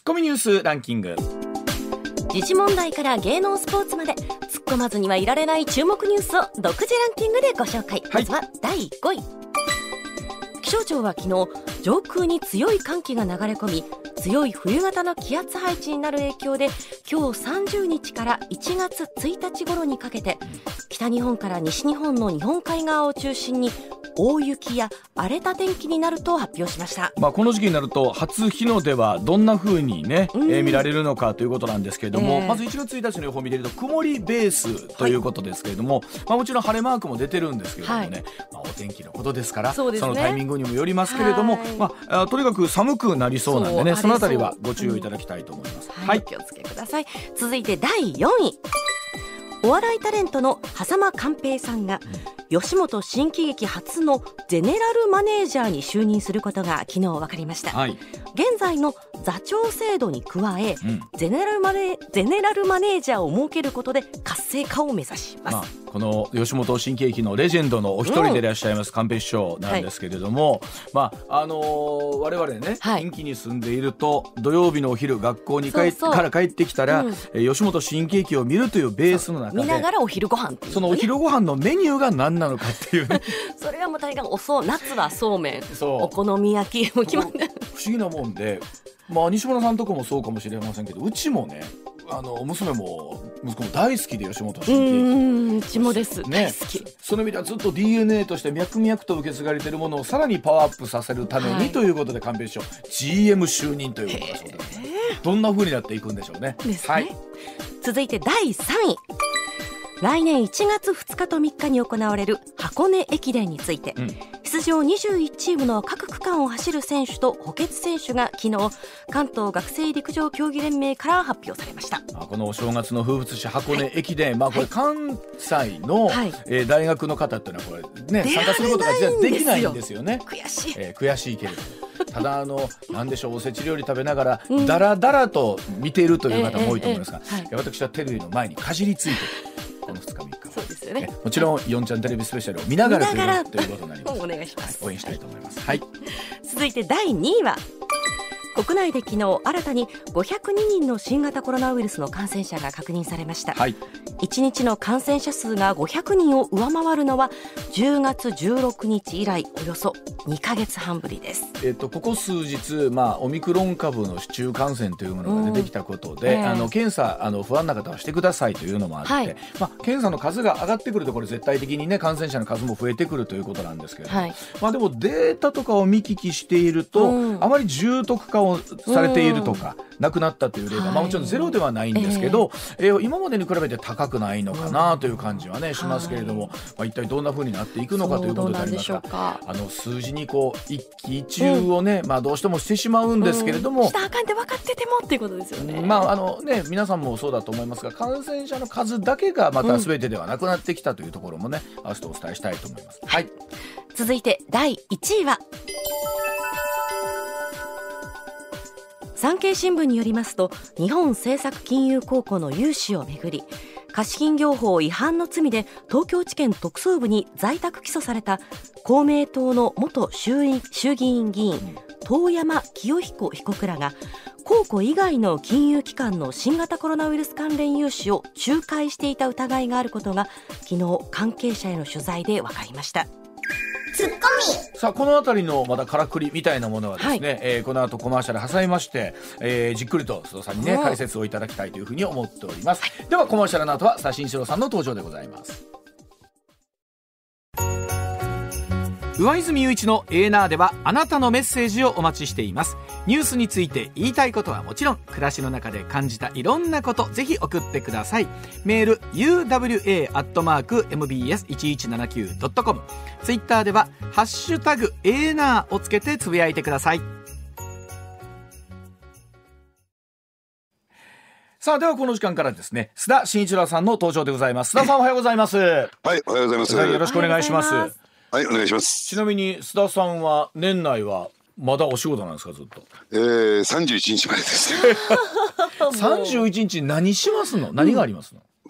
ッコミニュースランキング。 時事問題から芸能スポーツまで突っ込まずにはいられない注目ニュースを独自ランキングでご紹介、まずは第5位。気象庁は昨日、上空に強い寒気が流れ込み、強い冬型の気圧配置になる影響で、今日30日から1月1日頃にかけて、北日本から西日本の日本海側を中心に大雪や荒れた天気になると発表しました。 この時期になると初日の出はどんな風にね、見られるのかということなんですけれども、まず1月1日の予報を見ていると曇りベースということですけれども、もちろん晴れマークも出てるんですけれどもね、お天気のことですから、そのタイミングにもよりますけれども、とにかく寒くなりそうなんでね、そのあたりはご注意いただきたいと思います。 お気をつけください。続いて第4位。お笑いタレントの間寛平さんが、吉本新喜劇初のゼネラルマネージャーに就任することが昨日分かりました。現在の座長制度に加え、ゼネラルマネージャーを設けることで活性化を目指します。 この吉本新喜劇のレジェンドのお一人でいらっしゃいます寛平師匠なんですけれども、我々ね、近畿に住んでいると土曜日のお昼学校にから帰ってきたら、吉本新喜劇を見るというベースの中で見ながらお昼ご飯っていう、ね、 そのお昼ご飯のメニューが何なのかっていうねそれはもう大概夏はそうめん、お好み焼きも決まって不思議なもんで、西村さんとこもそうかもしれませんけど、うちもね、娘も息子も大好きで吉本新喜劇、 うちもです、大好き。 その意味ではずっと DNA として脈々と受け継がれているものをさらにパワーアップさせるために、ということで寛平師匠 GM 就任ということだそうです。どんな風になっていくんでしょうね。 続いて第3位。来年1月2日と3日に行われる箱根駅伝について、出場21チームの各区間を走る選手と補欠選手が昨日、関東学生陸上競技連盟から発表されました。 このお正月の風物詩箱根駅伝、これ関西の、大学の方っていうのはこれ、参加することが実はできないんですよね。悔しいけれども、ただなんでしょう、おせち料理食べながらだらだらと見ているという方も多いと思いますが、私はテレビの前にかじりついてこの2日3日、 そうですよね、 もちろん4ちゃんテレビスペシャルを見ながらということになります。 お願いします。 応援したいと思います。 続いて第2位は、国内で昨日新たに502人の新型コロナウイルスの感染者が確認されました。1日の感染者数が500人を上回るのは10月16日以来およそ2ヶ月半ぶりです。 ここ数日、オミクロン株の市中感染というものが出てきたことで、検査不安な方はしてくださいというのもあって、検査の数が上がってくるとこれ絶対的にね、感染者の数も増えてくるということなんですけれども、でもデータとかを見聞きしていると、あまり重篤化をされているとか、亡くなったという例が、もちろんゼロではないんですけど、今までに比べて高くないのかなという感じはね、しますけれども、一体どんな風になっていくのかということでありますが、数字に一喜一憂をね、どうしてもしてしまうんですけれども、 したらあかんって分かっててもっていうことですよね。 皆さんもそうだと思いますが、感染者の数だけがまた全てではなくなってきたというところもね、明日お伝えしたいと思います。 続いて第1位は、産経新聞によりますと、日本政策金融公庫の融資をめぐり、貸金業法違反の罪で東京地検特捜部に在宅起訴された公明党の元衆議院議員遠山清彦被告らが、公庫以外の金融機関の新型コロナウイルス関連融資を仲介していた疑いがあることが昨日、関係者への取材で分かりました。 ツッコミ。 さあ、このあたりのまたからくりみたいなものはですね、この後コマーシャル挟みまして、じっくりと須藤さんにね、解説をいただきたいというふうに思っております。ではコマーシャルの後は須田慎一郎さんの登場でございます。上泉雄一のエーナーではあなたのメッセージをお待ちしています。ニュースについて言いたいことはもちろん、暮らしの中で感じたいろんなこと、ぜひ送ってください。メール uwa@mbs1179.com、 ツイッターではハッシュタグエーナーをつけてつぶやいてください。さあ、ではこの時間からですね、須田慎一郎さんの登場でございます。須田さん、おはようございます。 はい、おはようございます。 よろしくお願いします。 はい、お願いします。 ちなみに須田さんは年内はまだお仕事なんですか、ずっと。 31日までです。 31日何しますの？何がありますの？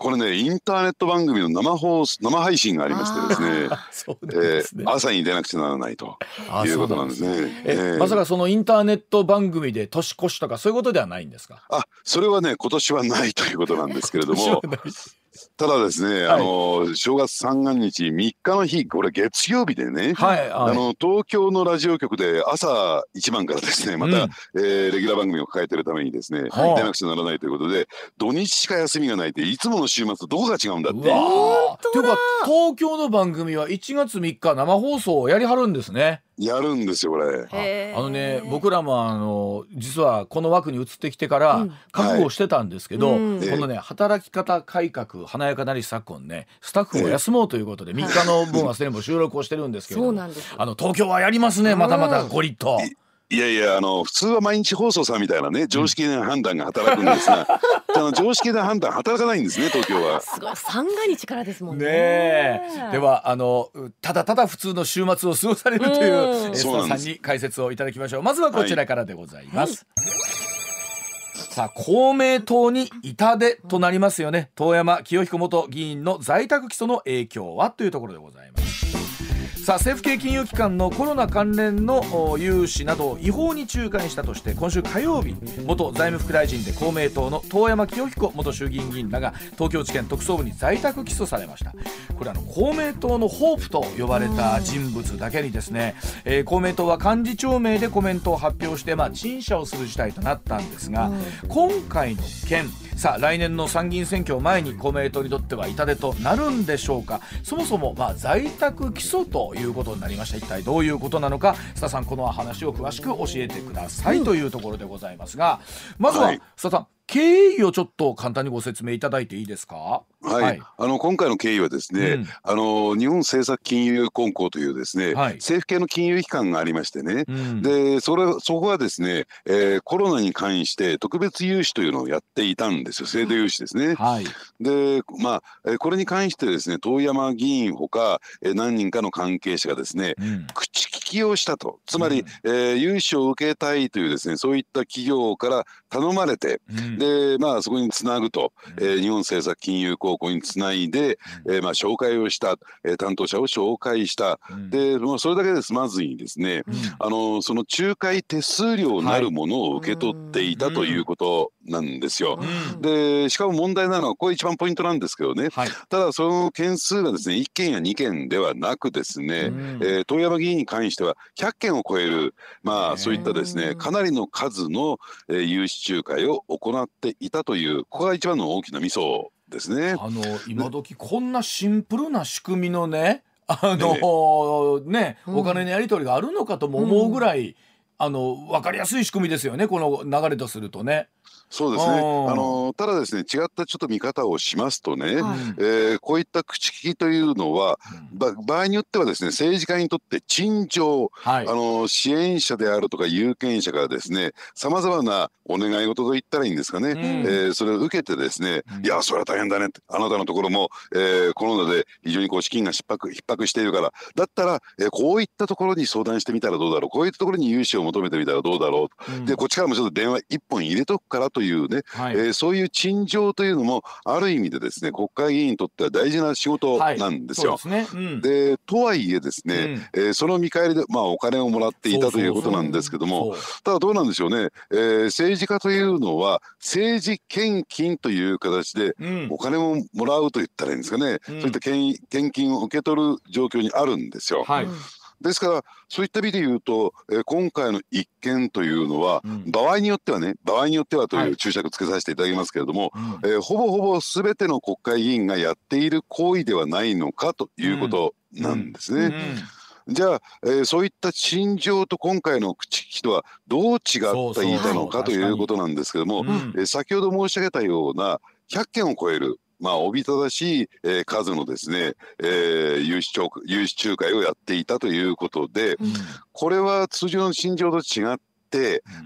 これね、インターネット番組の生配信がありましてですね、 そうですね、 朝に出なくちゃならないということなんですね。 まさかそのインターネット番組で年越しとかそういうことではないんですか？ それはね、今年はないということなんですけれどもただですね、正月三が日3日の日、これ月曜日でね、東京のラジオ局で朝一番からですね、また、レギュラー番組を抱えているためにですね、出なくちゃならないということで、土日しか休みがないって、いつもの週末とどこが違うんだっていう。 というか東京の番組は1月3日生放送をやりはるんですね。 やるんですよこれ。 僕らも実はこの枠に移ってきてから覚悟してたんですけど、このね、働き方改革華やかなり昨今ね、スタッフを休もうということで3日の分はすでにも収録をしてるんですけれども、東京はやりますね、まだまだゴリッと。 いやいや、普通は毎日放送さんみたいなね、常識的な判断が働くんですが、常識的な判断働かないんですね、東京は。 すごい、三が日からですもんね。 ではただただ普通の週末を過ごされるというスターさんに解説をいただきましょう。まずはこちらからでございます。さあ、公明党に痛手となりますよね。遠山清彦元議員の在宅起訴の影響はというところでございます。さあ、政府系金融機関のコロナ関連の融資などを違法に仲介したとして、今週火曜日、元財務副大臣で公明党の遠山清彦元衆議院議員らが東京地検特捜部に在宅起訴されました。これ公明党のホープと呼ばれた人物だけにですね、公明党は幹事長名でコメントを発表して、陳謝をする事態となったんですが、今回の件、さあ来年の参議院選挙を前に公明党にとっては痛手となるんでしょうか。そもそも在宅起訴ということになりました。一体どういうことなのか、須田さん、この話を詳しく教えてくださいというところでございますが、まずは須田さん、経緯をちょっと簡単にご説明いただいていいですか？ 今回の経緯はですね、日本政策金融公庫というですね、政府系の金融機関がありましてね、でそこはですね、コロナに関して特別融資というのをやっていたんですよ。制度融資ですね。でこれに関してですね、遠山議員ほか何人かの関係者がですね、口利きをしたと。つまり、融資を受けたいというですね、そういった企業から頼まれて、でそこにつなぐと、日本政策金融公庫につないで、紹介をした、担当者を紹介した、でそれだけで済まずにですね、その仲介手数料なるものを受け取っていたということなんですよ。でしかも問題なのはこれ一番ポイントなんですけどね、ただその件数がですね1件や2件ではなくですね、遠山議員に関しては100件を超える、そういったですねかなりの数の、融資仲介を行っていたという、ここが一番の大きなミソですね。 今時こんなシンプルな仕組みのね、お金のやり取りがあるのかとも思うぐらい、分かりやすい仕組みですよね、この流れとするとね。 そうですね。ただですね、違ったちょっと見方をしますとね、こういった口利きというのは、場合によってはですね、政治家にとって陳情、支援者であるとか有権者からですね、さまざまなお願い事と言ったらいいんですかね、それを受けてですね、いやそれは大変だねって、あなたのところも、コロナで非常に資金が逼迫しているから、だったら、こういったところに相談してみたらどうだろう、こういったところに融資を求めてみたらどうだろう、でこっちからもちょっと電話一本入れとくからというね、そういう陳情というのもある意味でですね、国会議員にとっては大事な仕事なんですよ。でとはいえですね、その見返りでお金をもらっていたということなんですけども、ただどうなんでしょうね、政治家というのは政治献金という形でお金をもらうと言ったらいいんですかね、そういった献金を受け取る状況にあるんですよ。ですからそういった意味で言うと、今回の一件というのは、場合によってはという注釈つけさせていただきますけれども、ほぼほぼ全ての国会議員がやっている行為ではないのかということなんですね。じゃあ、そういった陳情と今回の口利きとはどう違っていたのかということなんですけども、先ほど申し上げたような100件を超えるおびただしい数のですね、融資仲介をやっていたということで、これは通常の陳情と違って、一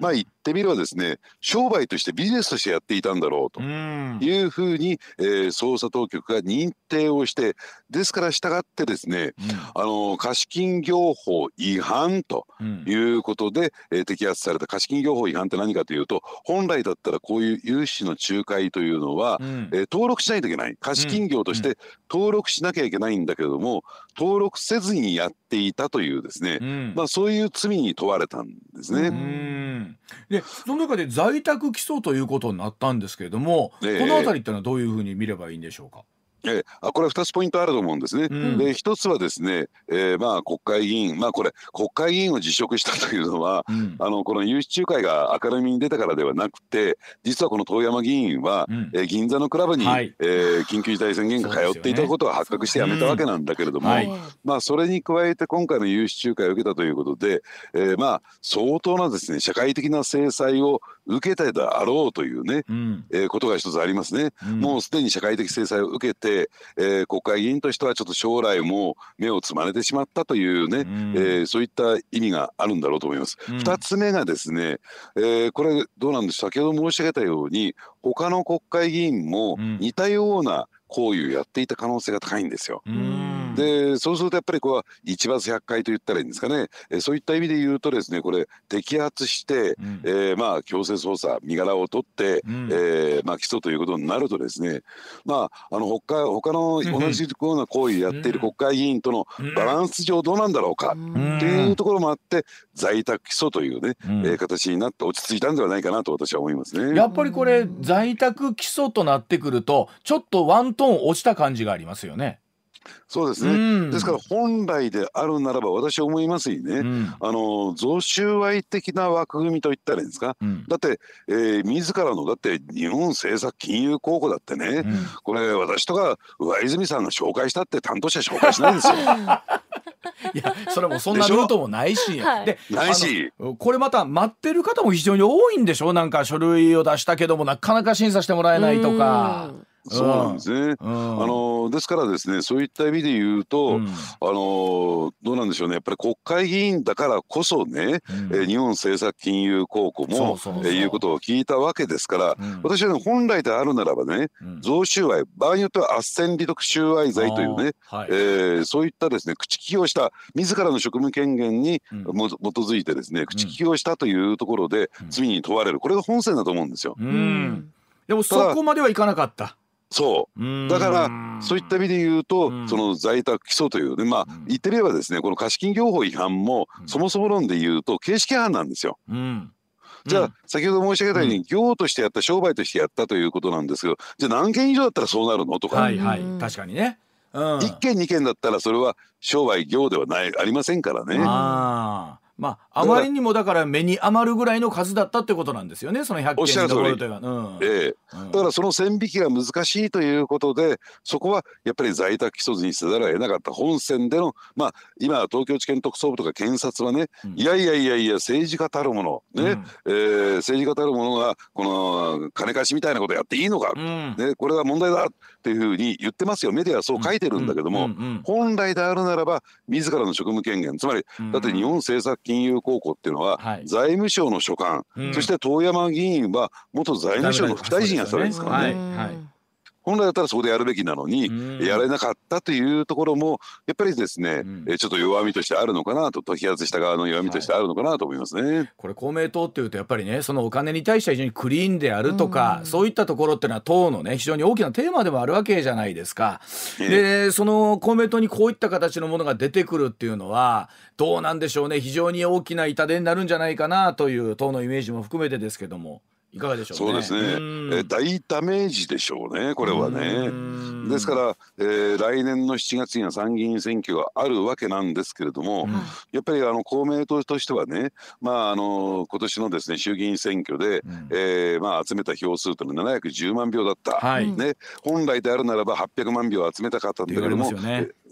ってみればですね、商売としてビジネスとしてやっていたんだろうというふうに、捜査当局が認定をして、ですから従ってですね、貸金業法違反ということで、摘発された。貸金業法違反って何かというと、本来だったらこういう融資の仲介というのは、登録しないといけない、貸金業として登録しなきゃいけないんだけれども、登録せずにやっていたというですね、そういう罪に問われたんですね。 でその中で在宅起訴ということになったんですけれども、このあたりってのはどういうふうに見ればいいんでしょうか。 これは2つポイントあると思うんですね。で1つはですね、国会議員、これ国会議員を辞職したというのは、この融資仲介が明るみに出たからではなくて、実はこの遠山議員は、銀座のクラブに、緊急事態宣言が通っていたことが発覚して辞めたわけなんだけれども、それに加えて今回の融資仲介を受けたということで、相当なですね社会的な制裁を受けたであろうというね、ことが一つありますね。もうすでに社会的制裁を受けて、国会議員としてはちょっと将来も目をつまれてしまったというね、そういった意味があるんだろうと思います。2つ目がですね、これどうなんでしょう。先ほど申し上げたように他の国会議員も似たような行為をやっていた可能性が高いんですよ。でそうするとやっぱりこう一罰百戒と言ったらいいんですかね、そういった意味で言うとですね、これ摘発して、強制捜査身柄を取って、起訴ということになるとですね、他の同じような行為をやっている国会議員とのバランス上どうなんだろうかというところもあって、在宅起訴というね、形になって落ち着いたんではないかなと私は思いますね。 やっぱりこれ在宅起訴となってくるとちょっとワントーン落ちた感じがありますよね。 そうですね、ですから本来であるならば私は思いますにね、贈収賄的な枠組みといったらいいんですか、だって、自らのだって日本政策金融公庫だってね、これ私とか上泉さんが紹介したって担当者紹介しないですよ。 いやそれもそんなルートもないし、 でないし、 これまた待ってる方も非常に多いんでしょ。なんか書類を出したけどもなかなか審査してもらえないとか。 そうなんですね。ですからですね、そういった意味で言うと、どうなんでしょうね、やっぱり国会議員だからこそね、日本政策金融公庫もいうことを聞いたわけですから、私はね、本来であるならばね、贈収賄、場合によっては斡旋利得収賄罪というね、そういったですね、口利きをした自らの職務権限に基づいてですね、口利きをしたというところで罪に問われる、これが本線だと思うんですよ。 でもそこまではいかなかった。 そうだからそういった意味で言うと、その在宅起訴というね、言ってみればですね、この貸金業法違反もそもそも論で言うと形式犯なんですよ。じゃあ先ほど申し上げたように業としてやった、商売としてやったということなんですけど、じゃあ何件以上だったらそうなるのとか、 確かにね、 1件2件だったらそれは商売業ではありませんからね。 あまりにもだから目に余るぐらいの数だったってことなんですよね、その100件に上るというか。 だからその線引きが難しいということで、そこはやっぱり在宅起訴にせざるを得なかった。本線での今東京地検特捜部とか検察はね、いや政治家たるものね、政治家たるものがこの金貸しみたいなことやっていいのか、これは問題だっていうふうに言ってますよ。メディアはそう書いてるんだけども、本来であるならば自らの職務権限、つまりだって日本政策金融公庫っていうのは財務省の所管、そして遠山議員は元財務省の副大臣やったわけですからね。本来だったらそこでやるべきなのにやれなかったというところもやっぱりですね、ちょっと弱みとしてあるのかなと、摘発した側の弱みとしてあるのかなと思いますね。 これ公明党っていうとやっぱりね、そのお金に対しては非常にクリーンであるとか、そういったところっていうのは党のね非常に大きなテーマでもあるわけじゃないですか。でその公明党にこういった形のものが出てくるっていうのはどうなんでしょうね。非常に大きな痛手になるんじゃないかなという党のイメージも含めてですけども、いかがでしょうね。 そうですね、大ダメージでしょうね、これはね。ですから、来年の7月には参議院選挙があるわけなんですけれども、やっぱり公明党としてはね、今年のですね衆議院選挙で、集めた票数というのは710万票だった、本来であるならば800万票集めたかったんだけれども、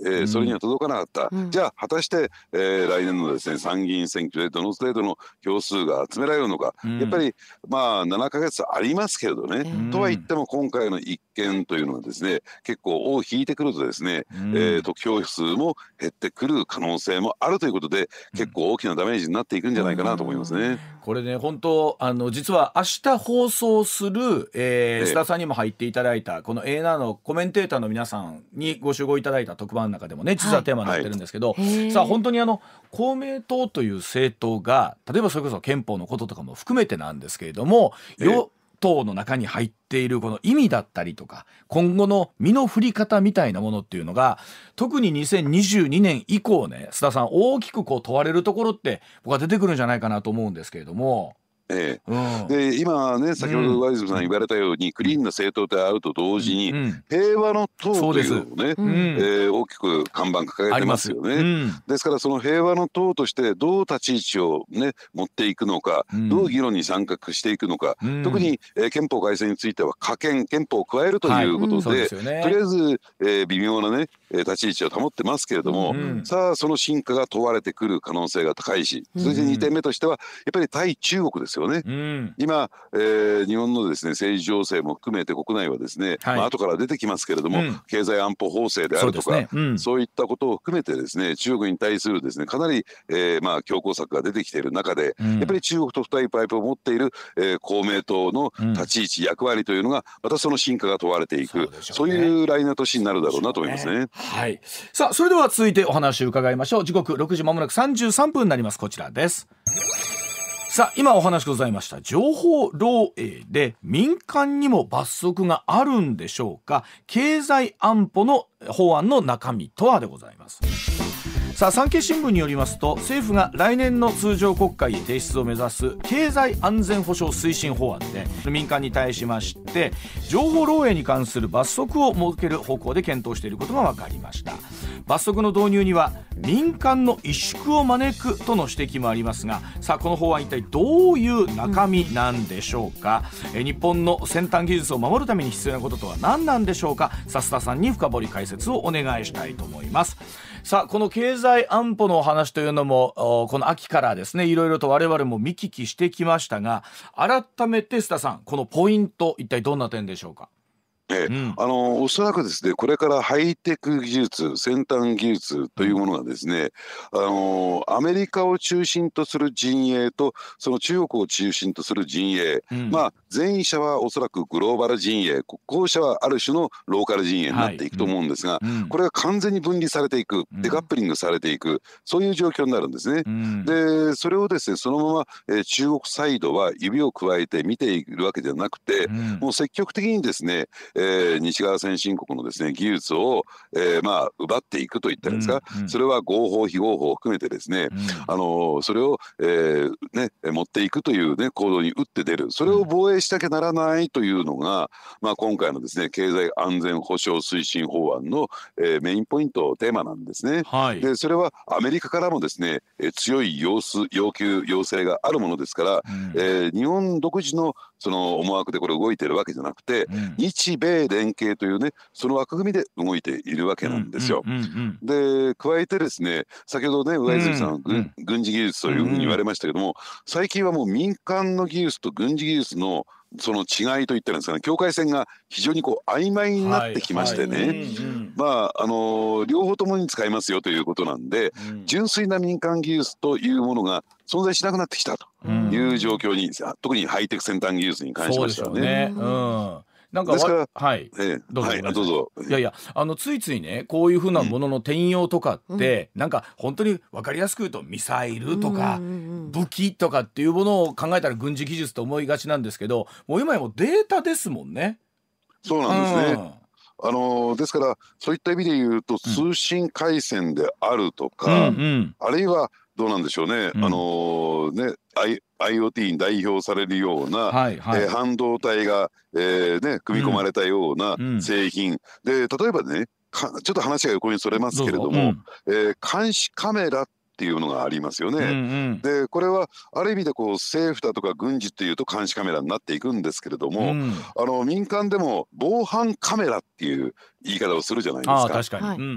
それには届かなかった、じゃあ果たして、来年のですね参議院選挙でどの程度の票数が集められるのか、やっぱりまあ7ヶ月ありますけれどね、とは言っても今回の一件というのはですね結構尾を引いてくるとですね、得票数も減ってくる可能性もあるということで、結構大きなダメージになっていくんじゃないかなと思いますね。 これね本当実は明日放送する、須田さんにも入っていただいたこの A7 のコメンテーターの皆さんにご集合いただいた特番の中でもね実はテーマになってるんですけど、さあ本当に公明党という政党が例えばそれこそ憲法のこととかも含めてなんですけれども、与党の中に入っているこの意味だったりとか今後の身の振り方みたいなものっていうのが特に2022年以降ね須田さん大きくこう問われるところって僕は出てくるんじゃないかなと思うんですけれども。 で今ね先ほどワイズムさん言われたように、クリーンな政党であると同時に、平和の党というのをね、大きく看板掲げてますよね。ですからその平和の党としてどう立ち位置をね持っていくのか、どう議論に参画していくのか、特に、憲法改正については憲法を加えるということで、とりあえず、微妙なね立ち位置を保ってますけれども、さあその真価が問われてくる可能性が高いし、それで2点目としてはやっぱり対中国ですよね。今、日本のですね政治情勢も含めて国内はですね、後から出てきますけれども、経済安保法制であるとかそういったことを含めてですね中国に対するですねかなり、強硬策が出てきている中で、やっぱり中国と太いパイプを持っている、公明党の立ち位置、役割というのがまたその真価が問われていく、そういう来年の年になるだろうなと思いますね。 さあそれでは続いてお話を伺いましょう。時刻6時まもなく33分になります。こちらです。さあ今お話ございました情報漏洩で民間にも罰則があるんでしょうか。経済安保の法案の中身とはでございます。さあ産経新聞によりますと政府が来年の通常国会へ提出を目指す経済安全保障推進法案で民間に対しまして情報漏洩に関する罰則を設ける方向で検討していることが分かりました。罰則の導入には民間の萎縮を招くとの指摘もありますが、さあこの法案一体どういう中身なんでしょうか。日本の先端技術を守るために必要なこととは何なんでしょうか。須田さんに深掘り解説をお願いしたいと思います。さあこの経済安保のお話というのもこの秋からですねいろいろと我々も見聞きしてきましたが、改めて須田さんこのポイント一体どんな点でしょうか。 おそらくですねこれからハイテク技術、先端技術というものがですね、アメリカを中心とする陣営とその中国を中心とする陣営、前者はおそらくグローバル陣営、後者はある種のローカル陣営になっていくと思うんですが、これが完全に分離されていく、デカップリングされていく、そういう状況になるんですね。でそれをですねそのまま、中国サイドは指をくわえて見ているわけではなくて、もう積極的にですね西側先進国のですね技術を、奪っていくといったんですか、それは合法非合法を含めてですね、それを、持っていくというね行動に打って出る、それを防衛しなきゃならないというのが、今回のですね経済安全保障推進法案の、メインポイントテーマなんですね。でそれはアメリカからもですね強い要求要請があるものですから、日本独自のその思惑でこれ動いているわけじゃなくて、日米連携というねその枠組みで動いているわけなんですよ。で加えてですね先ほどね上泉さんは軍事技術というふうに言われましたけども、最近はもう民間の技術と軍事技術のその違いといったらですかね、境界線が非常にこう曖昧になってきましてね、両方ともに使いますよということなんで、純粋な民間技術というものが存在しなくなってきたという状況に、特にハイテク先端技術に関しましてはね。なんかですからどうぞ。 いやついついねこういうふうなものの転用とかって、なんか本当に分かりやすく言うとミサイルとか武器とかっていうものを考えたら軍事技術と思いがちなんですけど、もう今やもうデータですもんね。 そうなんですね。ですからそういった意味で言うと通信回線であるとか、あるいはどうなんでしょうね、IoT に代表されるような、半導体が、組み込まれたような製品、で例えばねちょっと話が横にそれますけれども、監視カメラっていうのがありますよね。でこれはある意味でこう政府だとか軍事っていうと監視カメラになっていくんですけれども、民間でも防犯カメラっていう言い方をするじゃないですか。 確かに。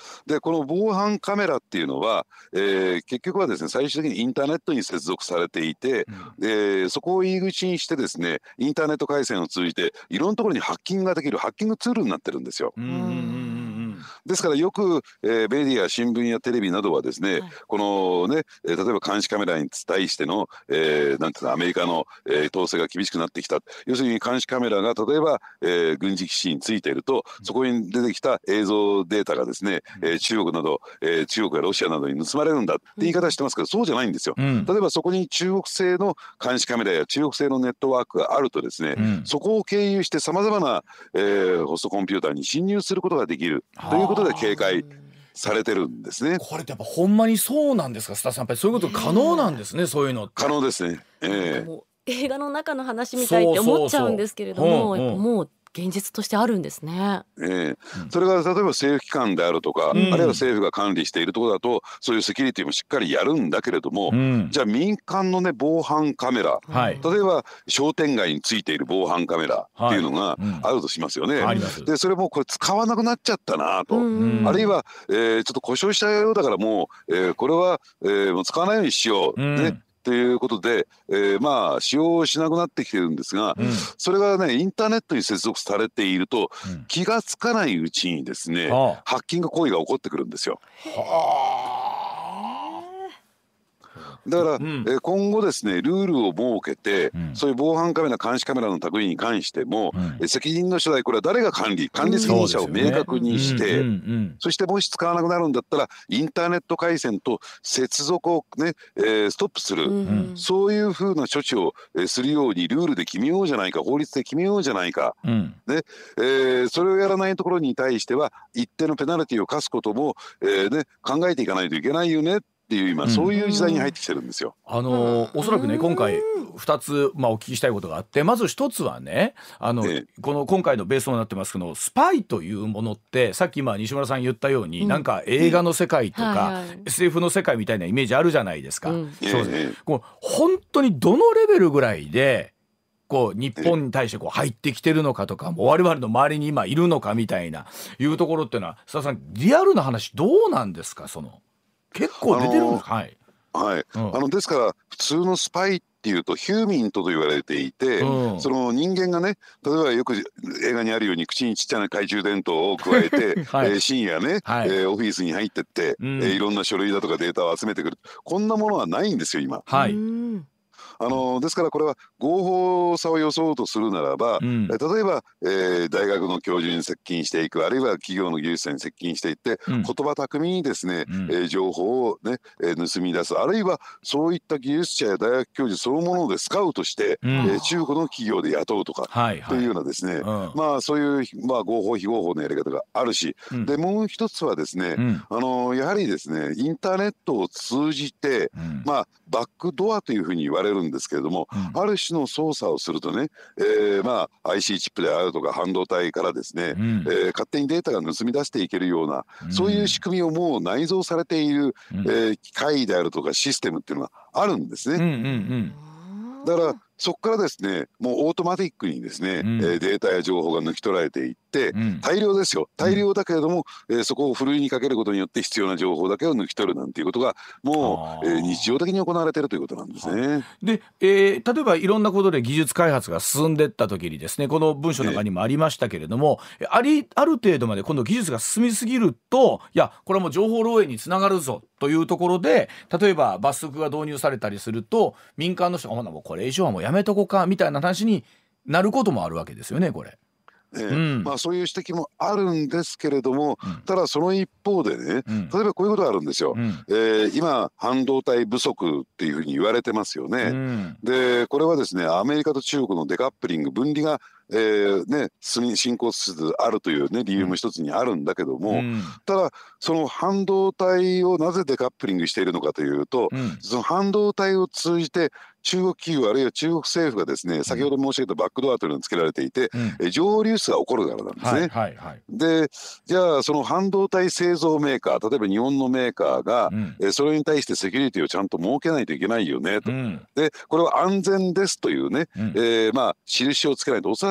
でこの防犯カメラっていうのは、結局はですね最終的にインターネットに接続されていて、そこを入り口にしてですねインターネット回線を通じていろんなところにハッキングができるハッキングツールになってるんですよ。ですからよく、メディア新聞やテレビなどはですね、このね例えば監視カメラに対しての、なんていうのアメリカの、統制が厳しくなってきた。要するに監視カメラが例えば、軍事基地についているとそこに出てきた映像データがですね、中国など、中国やロシアなどに盗まれるんだって言い方してますけど、そうじゃないんですよ。例えばそこに中国製の監視カメラや中国製のネットワークがあるとですね、そこを経由してさまざまな、ホストコンピューターに侵入することができるということで警戒されてるんですね。 これってやっぱほんまにそうなんですか、須田さん。やっぱりそういうこと可能なんですね、そういうのって。 可能ですね。 もう映画の中の話みたいって思っちゃうんですけれども、やっぱもう現実としてあるんですね。 それが例えば政府機関であるとか、あるいは政府が管理しているところだとそういうセキュリティもしっかりやるんだけれども、じゃあ民間のね防犯カメラ、例えば商店街についている防犯カメラっていうのがあるとしますよね。でそれもこれ使わなくなっちゃったなと、あるいは、ちょっと故障したようだからもう、これは、もう使わないようにしよう、ねということで、まあ使用しなくなってきてるんですが、それがねインターネットに接続されていると、気がつかないうちにですね、ハッキング行為が起こってくるんですよ。だから、今後ですねルールを設けて、そういう防犯カメラ監視カメラの類に関しても、責任の所在これは誰が管理責任者を明確にして、そしてもし使わなくなるんだったらインターネット回線と接続をね、ストップする、そういうふうな処置を、するようにルールで決めようじゃないか、法律で決めようじゃないか、ねそれをやらないところに対しては一定のペナルティを課すことも、考えていかないといけないよねっていう今そういう時代に入ってきてるんですよ。 おそらくね今回2つ、お聞きしたいことがあって、まず1つはねこの今回のベースになってますけど、スパイというものってさっき今西村さん言ったように、なんか映画の世界とか、SF の世界みたいなイメージあるじゃないですか。こう本当にどのレベルぐらいでこう日本に対してこう入ってきてるのかとか、もう我々の周りに今いるのかみたいないうところっていうのは、須田さんリアルな話どうなんですか。結構出てるんですか。 ですから普通のスパイっていうとヒューミントと言われていて、その人間がね例えばよく映画にあるように口にちっちゃな懐中電灯を加えて、深夜ね、オフィスに入ってって、いろんな書類だとかデータを集めてくる、こんなものはないんですよ今。ですからこれは合法さを装うとするならば、例えば、大学の教授に接近していく、あるいは企業の技術者に接近していって、言葉巧みにですね、情報をね、盗み出す、あるいはそういった技術者や大学教授そのものでスカウトして、中国の企業で雇うとか、というようなですね、そういう、合法非合法のやり方があるし、でもう一つはですね、やはりですねインターネットを通じて、バックドアというふうに言われるんですけれども、ある種の操作をするとね、IC チップであるとか半導体からですね、勝手にデータが盗み出していけるような、そういう仕組みをもう内蔵されている、機械であるとかシステムっていうのがあるんですね。だからそこからですねもうオートマティックにですね、データや情報が抜き取られていって、大量ですよ、大量だけれども、そこをふるいにかけることによって必要な情報だけを抜き取るなんていうことがもう、日常的に行われているということなんですね。 で、例えばいろんなことで技術開発が進んでいった時にですね、この文章の中にもありましたけれども、ある程度まで今度技術が進みすぎると、いやこれはもう情報漏洩につながるぞというところで、例えば罰則が導入されたりすると、民間の人がもうこれ以上はもうやめとこうかみたいな話になることもあるわけですよね、これ。 そういう指摘もあるんですけれども、ただその一方でね、例えばこういうことがあるんですよ。今半導体不足っていうふうに言われてますよね。でこれはですねアメリカと中国のデカップリング、分離が進行しつつあるという、理由も一つにあるんだけども、ただその半導体をなぜデカップリングしているのかというと、その半導体を通じて中国企業あるいは中国政府がですね、先ほど申し上げたバックドアというのをつけられていて、情報流出が起こるからなんですね。でじゃあその半導体製造メーカー、例えば日本のメーカーが、それに対してセキュリティをちゃんと設けないといけないよねと。でこれは安全ですというね、印をつけないとおそらく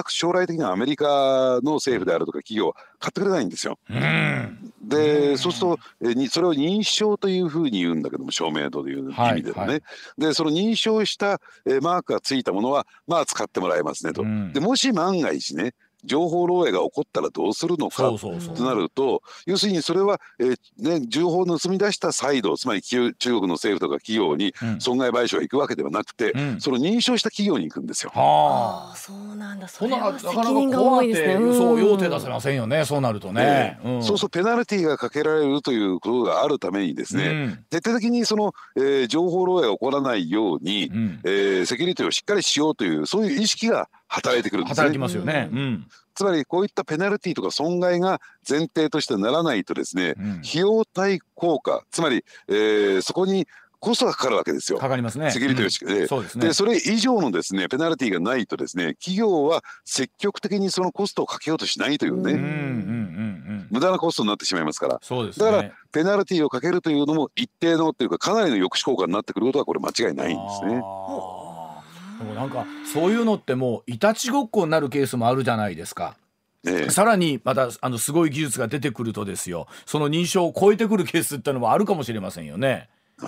は将来的にはアメリカの政府であるとか企業は買ってくれないんですよ。でそうするとそれを認証というふうに言うんだけども、証明という意味ではね、でその認証したマークがついたものはまあ使ってもらえますねと。でもし万が一ね情報漏洩が起こったらどうするのかとなると、要するにそれは、情報を盗み出したサイド、つまり中国の政府とか企業に損害賠償が行くわけではなくて、その認証した企業に行くんですよ。 ああ、そうなんだ。それは責任が重いですね。 そう、要手出せませんよね、そうなるとね。 そうするとペナルティーがかけられるということがあるためにですね、徹底的にその、情報漏洩が起こらないように、セキュリティをしっかりしようという、そういう意識が働いてくるんですね。 働きますよね。 つまりこういったペナルティとか損害が前提としてならないとですね、費用対効果、つまり、そこにコストがかかるわけですよ。 かかりますね。 セキュリティで、それ以上のですねペナルティがないとですね、企業は積極的にそのコストをかけようとしないというね、無駄なコストになってしまいますから。だからペナルティをかけるというのも一定のというかかなりの抑止効果になってくることはこれ間違いないんですね。 なんかそういうのってもういたちごっこになるケースもあるじゃないですか。さらにまたすごい技術が出てくるとですよ、その認証を超えてくるケースってのもあるかもしれませんよね。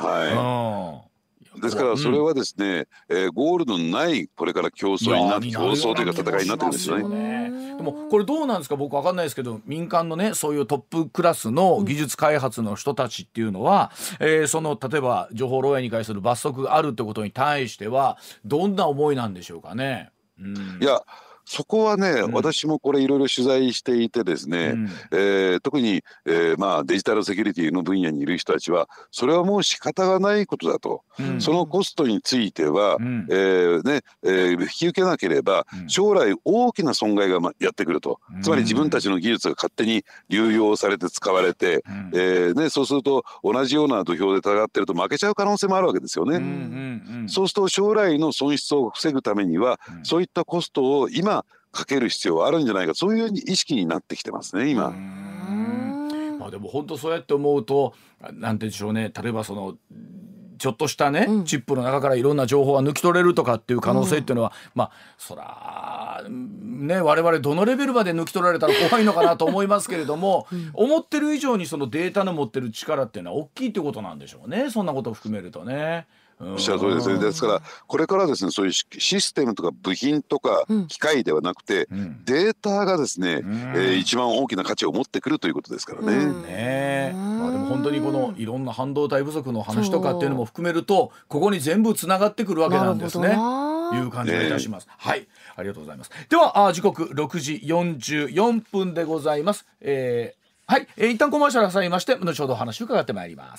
ですからそれはですね、ゴールのないこれから競争というか戦いになってくるんですよね。 でもこれどうなんですか、僕わかんないですけど、民間のねそういうトップクラスの技術開発の人たちっていうのは、その例えば情報漏洩に対する罰則があるってことに対してはどんな思いなんでしょうかね。 いやそこはね、私もこれいろいろ取材していてですね、特に、デジタルセキュリティの分野にいる人たちはそれはもう仕方がないことだと、そのコストについては、引き受けなければ将来大きな損害がやってくると、つまり自分たちの技術が勝手に流用されて使われて、そうすると同じような土俵で戦ってると負けちゃう可能性もあるわけですよね。そうすると将来の損失を防ぐためには、そういったコストを今かける必要はあるんじゃないか、そういう意識になってきてますね今。 でも本当そうやって思うとなんて言うんでしょうね、例えばそのちょっとしたね、チップの中からいろんな情報が抜き取れるとかっていう可能性っていうのは、そらね我々どのレベルまで抜き取られたら怖いのかなと思いますけれども、思ってる以上にそのデータの持ってる力っていうのは大きいってことなんでしょうね、そんなことを含めるとね。 おっしゃる通りですね。ですからこれからですね、そういうシステムとか部品とか機械ではなくて、データがですね、一番大きな価値を持ってくるということですからね。 でも本当にこのいろんな半導体不足の話とかっていうのも含めるとここに全部つながってくるわけなんですね。いう感じがいたします。はい、ありがとうございます。では時刻6時44分でございます。はい、一旦コマーシャル挟みまして後ほどお話を伺ってまいります。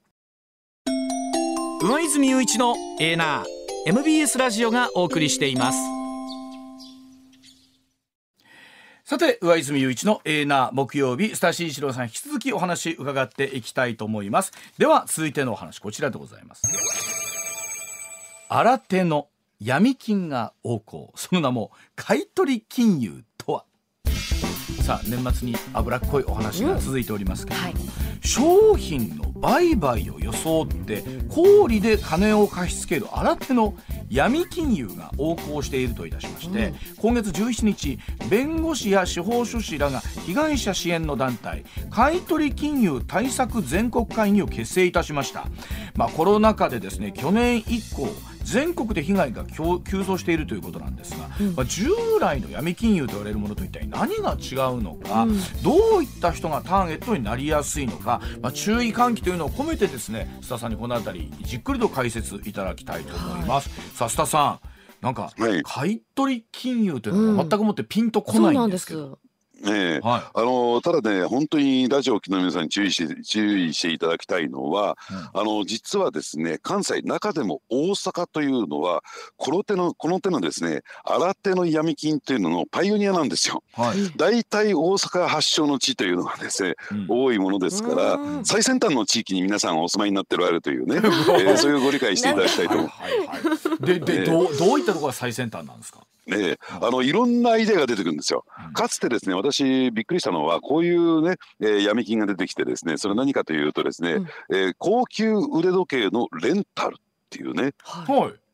上泉雄一のエーナー MBS ラジオがお送りしています。さて上泉雄一のエーナー木曜日、スタシー一郎さん引き続きお話伺っていきたいと思います。では続いてのお話こちらでございます。新手の闇金が横行、その名も買取金融とは。さあ年末に脂っこいお話が続いておりますけれども、商品の売買を装って小売で金を貸し付ける新手の闇金融が横行しているといたしまして、今月17日弁護士や司法書士らが被害者支援の団体買取金融対策全国会議を結成いたしました。コロナ禍でですね去年以降全国で被害が急増しているということなんですが、従来の闇金融と言われるものと一体何が違うのか、どういった人がターゲットになりやすいのか、注意喚起というのを込めてですね須田さんにこのあたりじっくりと解説いただきたいと思います。さあ須田さん、なんか買取金融というのは全くもってピンとこないんですけど。 ただね本当にラジオを聴きの皆さんに注意していただきたいのは、実はですね関西中でも大阪というのはこの手のですね新手の闇金というののパイオニアなんですよ。だいたい大阪発祥の地というのがですね、多いものですから最先端の地域に皆さんお住まいになっておられるというね、そういうご理解していただきたいと思います。 でどういったところが最先端なんですか。 いろんなアイデアが出てくるんですよ。かつてですね私びっくりしたのはこういうね、闇金が出てきてですね、それ何かというとですね、高級腕時計のレンタルっていうね、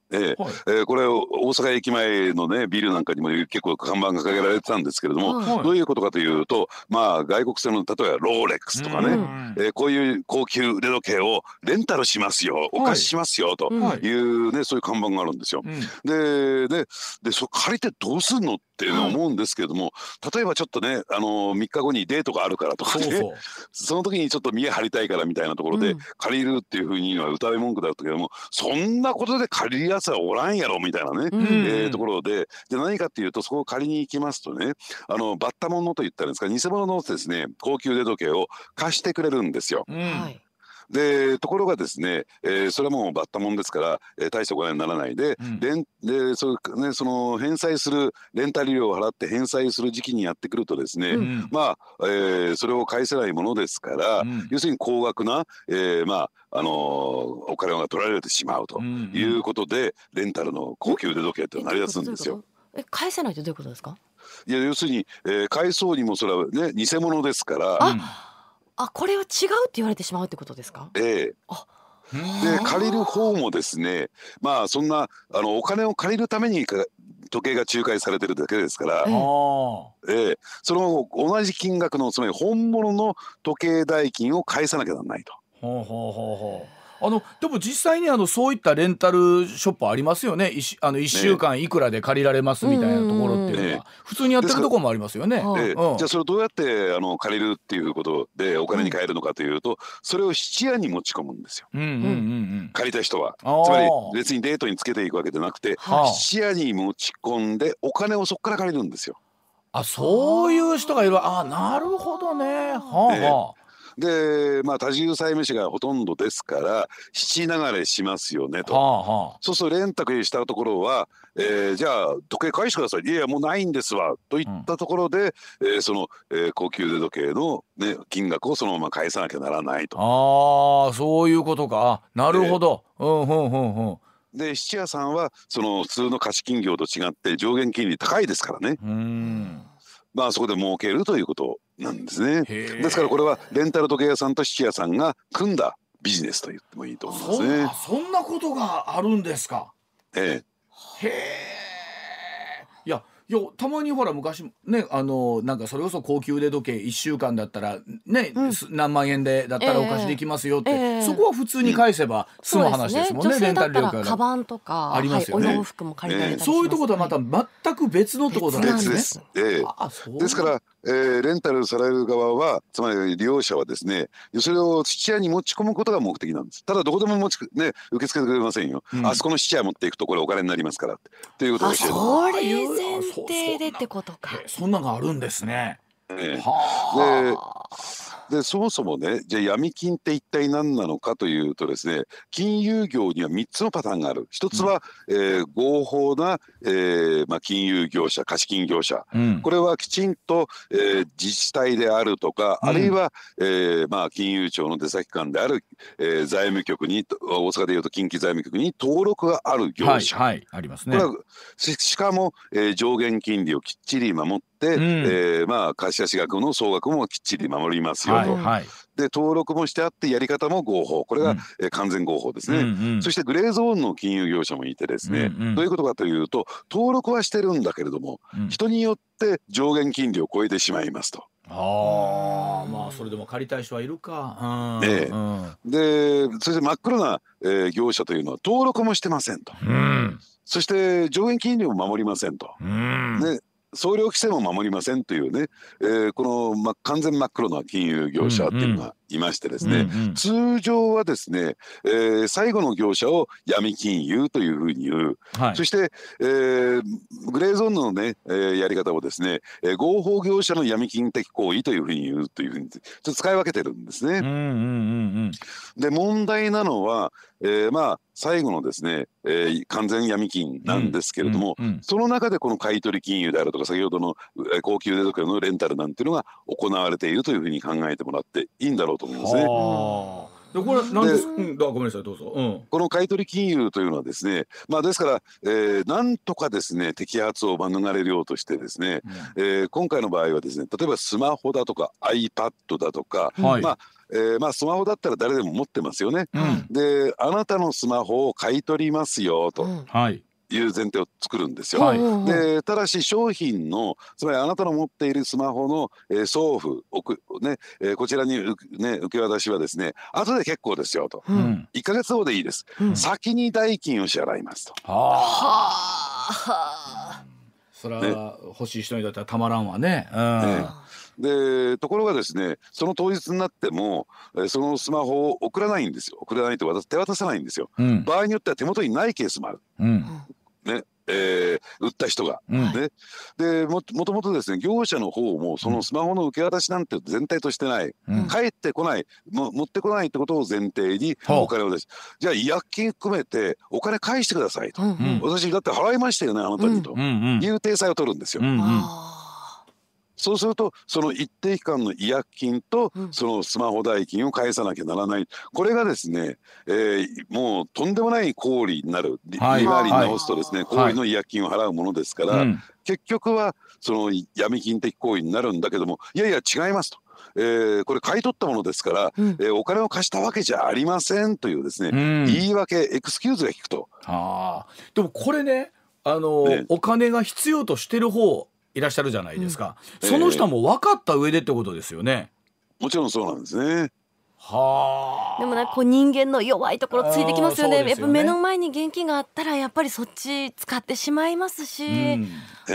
これ大阪駅前のねビルなんかにも結構看板が掲げられてたんですけれども、どういうことかというと、まあ外国製の例えばローレックスとかね、こういう高級腕時計をレンタルしますよ、お貸ししますよというね、そういう看板があるんですよ。でそれ借りてどうすんのって思うんですけれども、例えばちょっとね3日後にデートがあるからとかね、その時にちょっと見栄張りたいからみたいなところで借りるっていうふうには歌い文句だったけども、そんなことで借りるやつはおらんやろみたいなね、ところで何かっていうと、そこを借りに行きますとね、バッタモンのと言ったらいいんですか、偽物のですね高級腕時計を貸してくれるんですよ。でところがですね、それはもうバッタモンですから、大したお金にならないで、その返済するレンタル料を払って返済する時期にやってくるとですね、まあ、それを返せないものですから、要するに高額な、お金が取られてしまうということで、レンタルの高級腕時計って成り立つんですよ。 返せないってどういうことですか？ いや要するに、返そうにもそれはね偽物ですから。 これは違うって言われてしまうってことですか？ で借りる方もですね、まあそんなお金を借りるために時計が仲介されてるだけですから、その同じ金額のつまり本物の時計代金を返さなきゃならないと。 でも実際にそういったレンタルショップありますよね。1週間いくらで借りられますみたいなところっていうのは普通にやってるところもありますよね。じゃあそれをどうやって借りるっていうことでお金に換えるのかというと、それを質屋に持ち込むんですよ。借りた人はつまり別にデートにつけていくわけじゃなくて、質屋に持ち込んでお金をそこから借りるんですよ。 そういう人がいる。なるほどね。 でまあ多重債務者がほとんどですから質流れしますよねと。そうするとレンタルしたところは、じゃあ時計返してください、いやもうないんですわといったところで、その、高級腕時計の、ね、金額をそのまま返さなきゃならないと。 そういうことか。なるほど。 で質屋さんはその普通の貸金業と違って上限金利高いですからね。まあそこで儲けるということなんですね。ですからこれはレンタル時計屋さんと質屋さんが組んだビジネスと言ってもいいと思いますね。 そんなことがあるんですか。いやたまにほら昔ねなんかそれこそ高級腕時計1週間だったらね、何万円でだったらお貸しできますよって、そこは普通に返せば済む話ですもんね。 レンタル料金カバンとかありますよね。お洋服も借りられたりします。 そういうところはまた全く別のってことなんですね。 ですからレンタルされる側はつまり利用者はですねそれを質屋に持ち込むことが目的なんです。ただどこでも受け付けてくれませんよ。あそこの質屋持っていくとこれお金になりますからっていうことを教える。 それ前提でってことか。 そんなのがあるんですね。 でそもそもねじゃあ闇金って一体何なのかというとですね、金融業には3つのパターンがある。一つは、合法な、金融業者貸金業者、これはきちんと、自治体であるとか、あるいは、金融庁の出先機関である、財務局に大阪でいうと近畿財務局に登録がある業者、ありますね。これはしかも、上限金利をきっちり守って、貸し出し額の総額もきっちり守りますよと。で登録もしてあってやり方も合法、これが、完全合法ですね。そしてグレーゾーンの金融業者もいてですね、どういうことかというと登録はしてるんだけれども、人によって上限金利を超えてしまいますと。 それでも借りたい人はいるか。 でそして真っ黒な、業者というのは登録もしてませんと。そして上限金利も守りませんと。総量規制も守りませんというね、この、完全真っ黒な金融業者っていうのがいましてですね、通常はですね、最後の業者を闇金融というふうに言う、そして、グレーゾーンのね、やり方をですね、合法業者の闇金的行為というふうに言うというふうにちょっと使い分けてるんですね。で問題なのは、最後のですね、完全闇金なんですけれども、その中でこの買い取り金融であるとか先ほどの高級腕時計のレンタルなんていうのが行われているというふうに考えてもらっていいんだろうと思いますね。 でこれなんです、ごめんなさいどうぞ。 この買取金融というのはですね、ですから、なんとかですね摘発を免れようとしてですね、今回の場合はですね、例えばスマホだとか iPad だとか、スマホだったら誰でも持ってますよね。であなたのスマホを買い取りますよと。いう前提を作るんですよ。でただし商品のつまりあなたの持っているスマホの、送付こちらに、受け渡しはですね後で結構ですよと、1ヶ月後でいいです、先に代金を支払いますと。 それは欲しい人にとってはたまらんわね。 でところがですねその当日になっても、そのスマホを送らないんですよ。送らないと手渡さないんですよ。場合によっては手元にないケースもある。売った人が、でもともとですね業者の方もそのスマホの受け渡しなんて全体としてない、帰ってこない持ってこないってことを前提にお金を出す。じゃあ違約金含めてお金返してくださいと、私だって払いましたよねあなたにという体裁を取るんですよ。そうするとその一定期間の違約金とそのスマホ代金を返さなきゃならない。これがですね、もうとんでもない行為になる。利回りに直すとですね、行為の違約金を払うものですから、結局はその闇金的行為になるんだけども、いやいや違いますと。これ買い取ったものですから、お金を貸したわけじゃありませんというですね、言い訳エクスキューズが効くと。 でもこれねお金が必要としてる方いらっしゃるじゃないですか、その人も分かった上でってことですよね。 もちろんそうなんですね。 でもこう人間の弱いところついてきますよね。やっぱ目の前に現金があったらやっぱりそっち使ってしまいますし、厳しい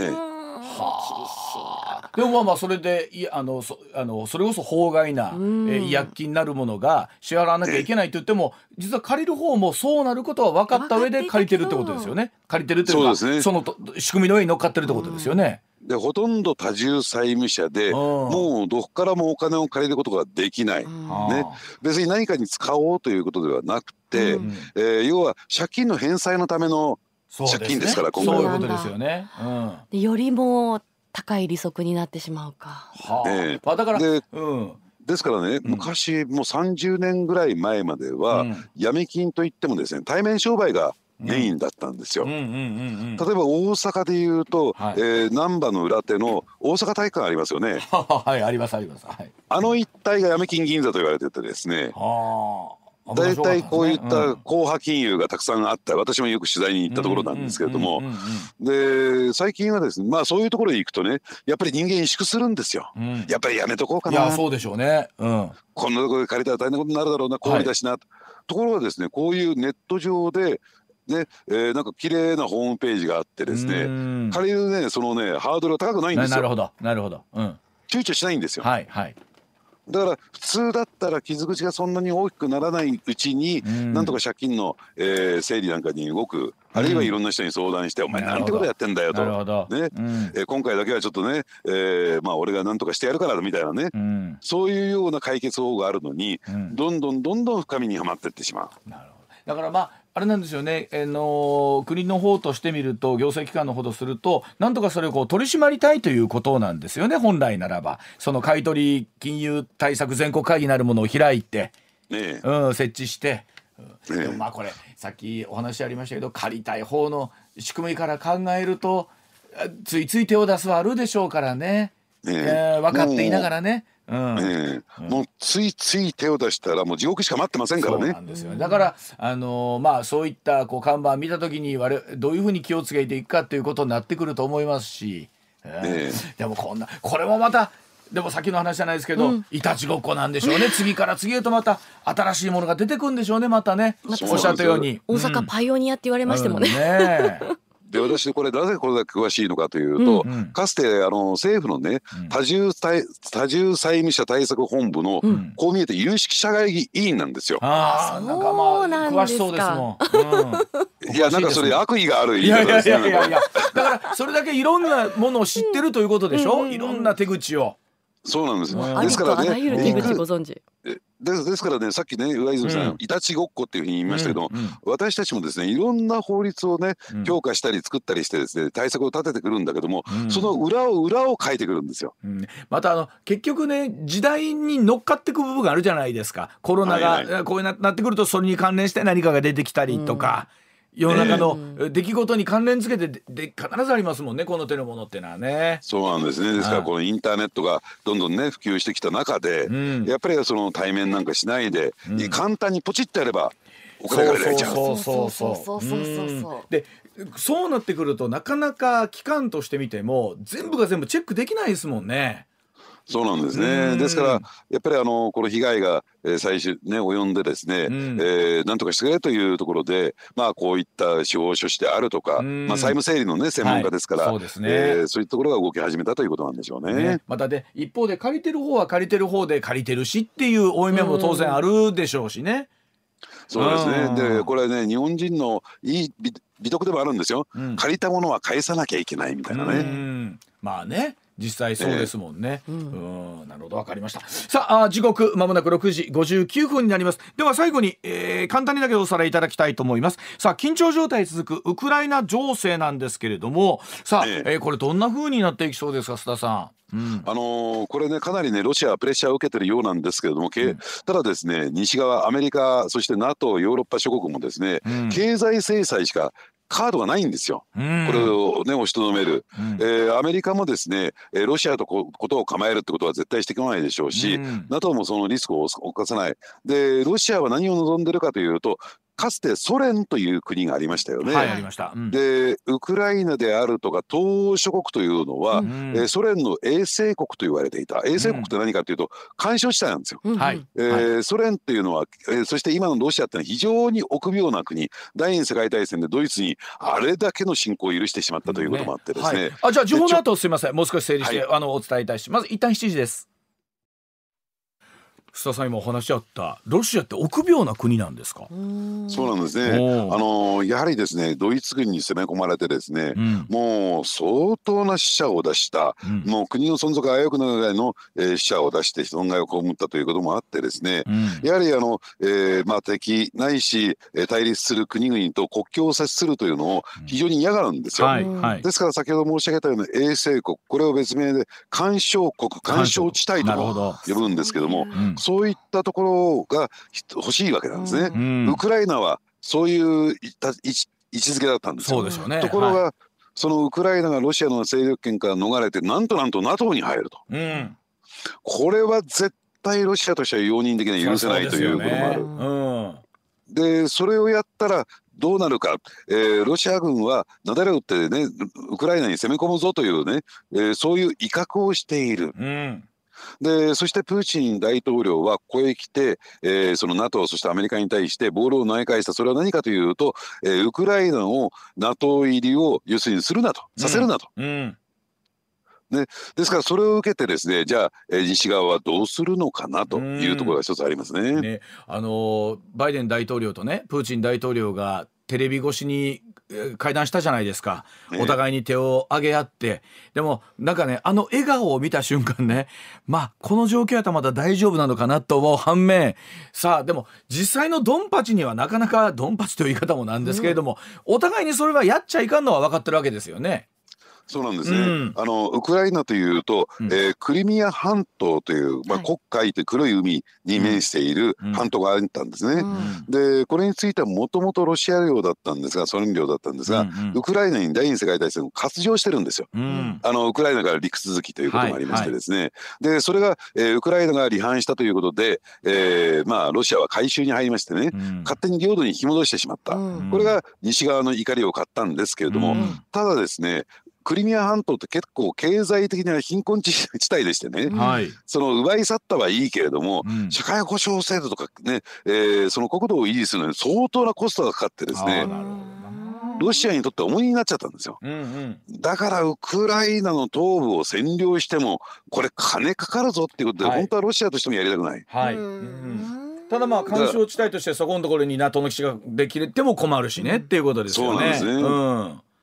な。 でもそれでそれこそ法外な違約金なるものが支払わなきゃいけないと言っても、実は借りる方もそうなることは分かった上で借りてるってことですよね。借りてるというか、その仕組みの上に乗っかってるってことですよね。 でほとんど多重債務者でもうどこからもお金を借りることができない、別に何かに使おうということではなくて、要は借金の返済のための借金ですから、今回はそういうことですよね。 よりも高い利息になってしまうか。 だからですからね、昔もう30年ぐらい前までは、闇金といってもですね対面商売がメインだったんですよ。例えば大阪でいうと、難波の裏手の大阪体育館ありますよね。 ありますあります。 あの一帯が闇金銀座と言われててですね、だいたいこういった硬派金融がたくさんあった。私もよく取材に行ったところなんですけれども、で最近はですねそういうところに行くとねやっぱり人間萎縮するんですよ。やっぱりやめとこうかな。 いやそうでしょうね。 こんなところで借りたら大変なことになるだろうな、行為だしな。ところがですねこういうネット上でなんか綺麗なホームページがあってですね、借りるねそのねハードルが高くないんですよ。 なるほどなるほど。 躊躇しないんですよ。だから普通だったら傷口がそんなに大きくならないうちになんとか借金の、整理なんかに動く、あるいはいろんな人に相談してお前なんてことやってんだよと、今回だけはちょっとね、俺がなんとかしてやるからみたいなね、そういうような解決法があるのに、どんどん深みにはまっていってしまう。 なるほど。だからあれなんですよね、国の方としてみると行政機関の方とするとなんとかそれを取り締まりたいということなんですよね。本来ならばその買取金融対策全国会議なるものを開いて、設置して、でもこれさっきお話ありましたけど借りたい方の仕組みから考えるとついつい手を出すはあるでしょうからね、分かっていながらね。 もうついつい手を出したらもう地獄しか待ってませんからね。 そうなんですよね。だからそういった看板見た時にどういうふうに気をつけていくかっていうことになってくると思いますし、でもこれもまたでも先の話じゃないですけど、いたちごっこなんでしょうね。次から次へとまた新しいものが出てくるんでしょうね。またね、おっしゃったように大阪パイオニアって言われましてもね。 で私これなぜこれだけ詳しいのかというと、かつて政府のね多重債務者対策本部のこう見えて有識者会議委員なんですよ。 なんか詳しそうですもん。 いやなんかそれ悪意がある言い方ですね。 だからそれだけいろんなものを知ってるということでしょ。いろんな手口を。 そうなんです。 ですからね、あらゆる手口ご存知。 ですからね、さっきね上泉さん、いたちごっこっていうふうに言いましたけど、私たちもですねいろんな法律をね強化したり作ったりしてですね対策を立ててくるんだけども、その裏を書いてくるんですよ。 また結局ね時代に乗っかっていく部分があるじゃないですか。コロナがこうなってくるとそれに関連して何かが出てきたりとか、世の中の出来事に関連付けてで必ずありますもんね、この手のものってのはね。 そうなんですね。ですからこのインターネットがどんどんね普及してきた中で、やっぱりその対面なんかしないで、簡単にポチッとやればお金が出られちゃう。 でそうなってくるとなかなか機関としてみても全部が全部チェックできないですもんね。 そうなんですね。ですからやっぱりこの被害が最終ね及んでですね、なんとかしてくれというところで、こういった司法書士であるとか、債務整理のね専門家ですから、そういうところが動き始めたということなんでしょうね。 またで一方で借りてる方は借りてる方で借りてるしっていう負い目も当然あるでしょうしね。 そうですね。でこれね日本人のいい美徳でもあるんですよ。借りたものは返さなきゃいけないみたいなね。 まあね実際そうですもんね。なるほど、わかりました。さあ時刻まもなく6時59分になります。では最後に、簡単にだけおさらいいただきたいと思います。さあ緊張状態続くウクライナ情勢なんですけれども、さあ、これどんな風になっていきそうですか、須田さん。 これねかなりねロシアはプレッシャーを受けてるようなんですけれども、ただですね西側アメリカそして NATO ヨーロッパ諸国もですね、経済制裁しかカードがないんですよ。これをね押しとどめる、アメリカもですねロシアとことを構えるってことは絶対してこないでしょうし、NATO もそのリスクを冒さない。でロシアは何を望んでるかというと、かつてソ連という国がありましたよね。 はい、ありました。 でウクライナであるとか東欧諸国というのは、ソ連の衛星国と言われていた。衛星国って何かというと緩衝地帯なんですよ。ソ連っていうのは、そして今のロシアってのは非常に臆病な国。第二次世界大戦でドイツにあれだけの侵攻を許してしまったということもあってですね。 じゃあ情報の後すいません、もう少し整理して、お伝えいたします。一旦7時です。須田さん今お話あったロシアって臆病な国なんですか。 そうなんですね。やはりですねドイツ軍に攻め込まれてですね、もう相当な死者を出した、もう国の存続が危うくなるぐらいの、死者を出して損害を被ったということもあってですね、やはり敵ないし対立する国々と国境を接するというのを非常に嫌がるんですよ。ですから先ほど申し上げたような衛星国、これを別名で緩衝国緩衝地帯と呼ぶんですけども、そういったところが欲しいわけなんですね。ウクライナはそういう位置づけだったんですよ。 そうでしょうね。 ところが、そのウクライナがロシアの勢力圏から逃れてなんと NATO に入ると、これは絶対ロシアとしては容認できない、許せないということもある。でそれをやったらどうなるか、ロシア軍はなだれを打ってねウクライナに攻め込むぞというね、そういう威嚇をしている。でそしてプーチン大統領はここへ来て、その NATO そしてアメリカに対してボールを投げ返した。それは何かというと、ウクライナを NATO 入りを要するにするなと、させるなと。ですからそれを受けてですね、じゃあ、西側はどうするのかなというところが一つありますね。 バイデン大統領とねプーチン大統領がテレビ越しに会談したじゃないですか。お互いに手を挙げ合って、でもなんかね笑顔を見た瞬間ね、この状況やったらまだ大丈夫なのかなと思う反面、さあでも実際のドンパチにはなかなかドンパチという言い方もなんですけれども、お互いにそれはやっちゃいかんのは分かってるわけですよね。 そうなんですね。ウクライナというと、クリミア半島という、黒海という黒い海に面している半島があったんですね。でこれについてはもともとロシア領だったんですが、ソ連領だったんですが、ウクライナに第二次世界大戦を割譲してるんですよ。ウクライナから陸続きということもありましてですね、でそれが、ウクライナが離反したということで、ロシアは回収に入りましてね、勝手に領土に引き戻してしまった。これが西側の怒りを買ったんですけれども、ただですねクリミア半島って結構経済的には貧困地帯でしてね、その奪い去ったはいいけれども、社会保障制度とかね、その国土を維持するのに相当なコストがかかってですね、ロシアにとって重荷になっちゃったんですよ。だからウクライナの東部を占領してもこれ金かかるぞっていうことで、本当はロシアとしてもやりたくない。 ただ緩衝地帯としてそこのところに NATO の基地ができても困るしねっていうことですよね。 そうなんですね。